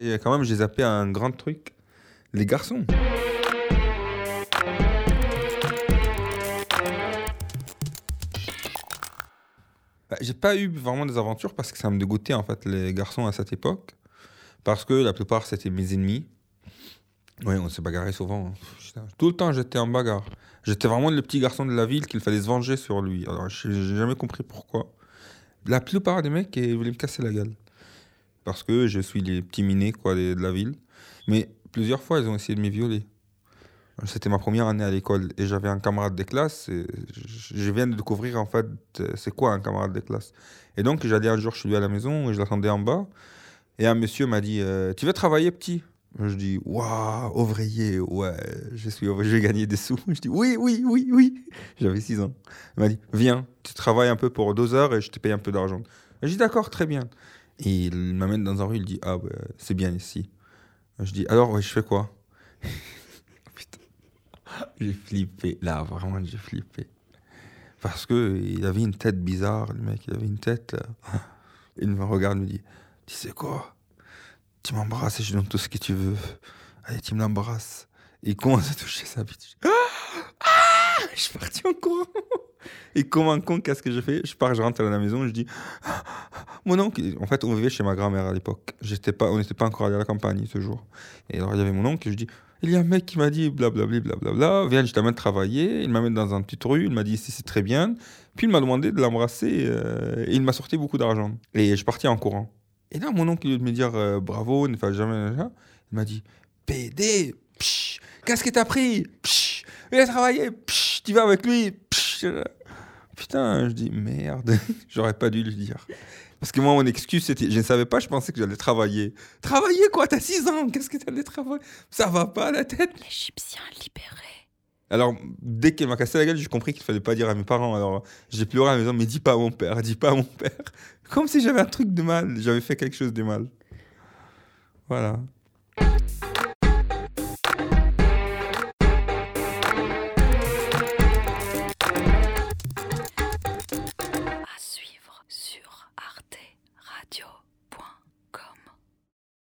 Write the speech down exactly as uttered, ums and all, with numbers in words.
Et quand même, j'ai zappé un grand truc. Les garçons. Bah, j'ai pas eu vraiment des aventures parce que ça me dégoûtait en fait les garçons à cette époque. Parce que la plupart c'était mes ennemis. Oui, on s'est bagarré souvent, hein. Putain, tout le temps j'étais en bagarre. J'étais vraiment le petit garçon de la ville qu'il fallait se venger sur lui. Alors j'ai j'ai jamais compris pourquoi. La plupart des mecs ils voulaient me casser la gueule. Parce que je suis les petits minés quoi, des- de la ville. Mais plusieurs fois ils ont essayé de me violer. C'était ma première année à l'école et j'avais un camarade de classe. Et je je viens de découvrir en fait euh, c'est quoi un camarade de classe. Et donc j'allais un jour chez lui à la maison et je l'attendais en bas. Et un monsieur m'a dit euh, tu veux travailler petit? Je dis waouh, ouvrier, ouais, je suis ouvrier, je vais gagner des sous. Je dis oui, oui, oui, oui. J'avais six ans. Il m'a dit viens, tu travailles un peu pour deux heures et je te paye un peu d'argent. Je dis d'accord, très bien. Et il m'amène dans un rue, il dit ah ouais, c'est bien ici. Je dis alors ouais, je fais quoi? Putain, j'ai flippé. Là, vraiment, j'ai flippé. Parce que il avait une tête bizarre, le mec. Il avait une tête. Là. Il me regarde, me dit tu sais quoi? Tu m'embrasses et je donne tout ce que tu veux. Allez, tu me l'embrasses. Et il commence à toucher sa bite. Je, ah je suis parti en courant. Et comme un con, qu'est-ce que je fais? Je pars, je rentre à la maison, je dis mon oncle. En fait, on vivait chez ma grand-mère à l'époque. J'étais pas, on n'était pas encore allé à la campagne ce jour. Et alors, il y avait mon oncle, et je dis il y a un mec qui m'a dit blablabla, blablabla, viens, je t'amène travailler. Il m'amène dans une petite rue, il m'a dit ici c'est très bien. Puis il m'a demandé de l'embrasser euh, et il m'a sorti beaucoup d'argent. Et je suis parti en courant. Et là, mon oncle, au lieu de me dire euh, bravo, ne fais jamais, il m'a dit P D, psh, qu'est-ce que t'as pris? Psh, il a travaillé, psh, tu vas avec lui. Psh. Putain, je dis merde, j'aurais pas dû lui dire. Parce que moi, mon excuse, c'était, je ne savais pas, je pensais que j'allais travailler. Travailler quoi? T'as six ans, qu'est-ce que t'allais travailler? Ça va pas la tête? L'Égyptien libéré. Alors, dès qu'elle m'a cassé la gueule, j'ai compris qu'il fallait pas dire à mes parents. Alors, j'ai pleuré à la maison, mais dis pas à mon père, dis pas à mon père. Comme si j'avais un truc de mal, j'avais fait quelque chose de mal. Voilà.